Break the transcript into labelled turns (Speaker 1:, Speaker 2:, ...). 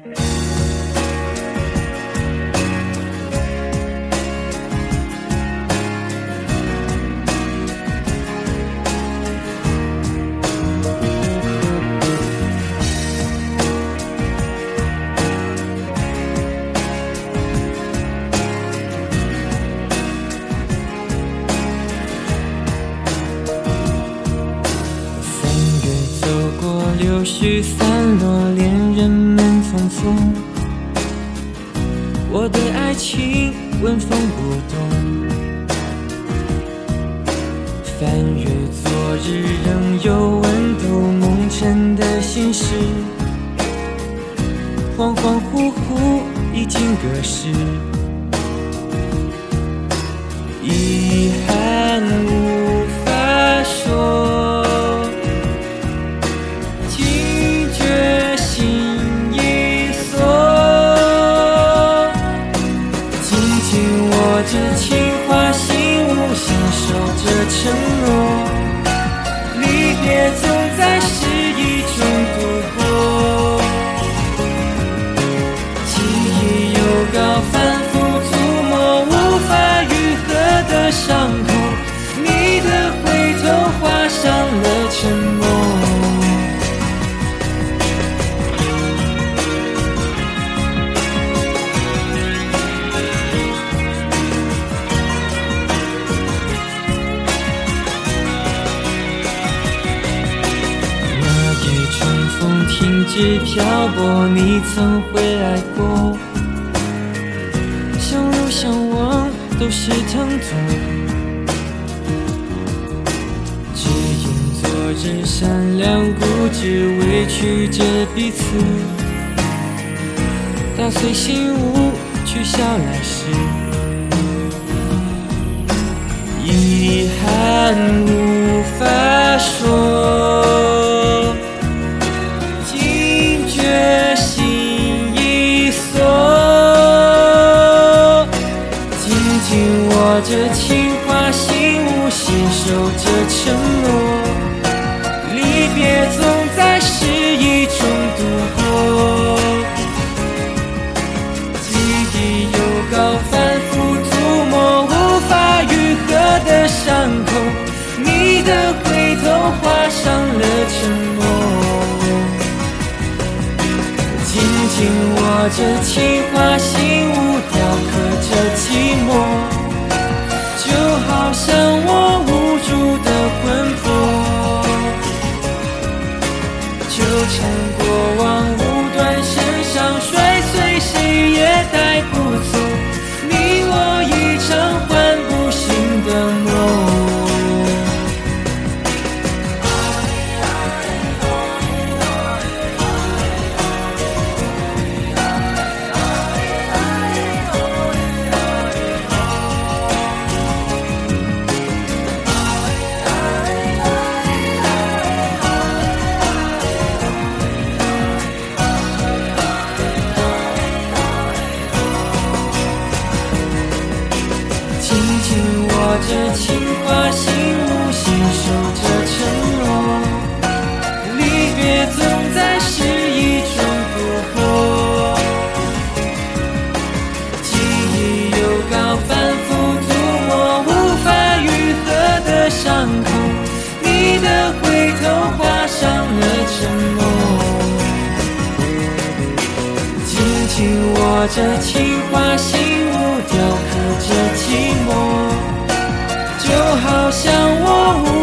Speaker 1: 柳絮散落，恋人们匆匆。我对爱情纹风不动，翻阅昨日仍有温度，梦尘的心事，恍恍惚惚已经隔世，遗憾无法说。这情话心无心守着承诺，离别总在失意中度过，记忆又高反复涂抹，无法愈合的伤口，你的回头画上了沉默。停止漂泊，你曾回来过，相รู้相忘都是疼痛，只因昨日善良固执，委屈着彼此，打碎心物，取消来世，遗憾无法说。握着情话心无心守着承诺，离别总在失意中度过，记忆又高反复涂抹，无法愈合的伤口，你的回头画上了沉默，紧紧握着情话心无雕刻着寂寞，就好像我无助的魂魄，纠缠过往无端身上摔碎，谁也带不走你我一场唤不醒的梦。握着情话心无心守着承诺，离别总在失意中度过，记忆又高反复涂抹，无法愈合的伤口，你的回头画上了沉默，紧紧握着情话心无雕刻着寂寞，就好像我无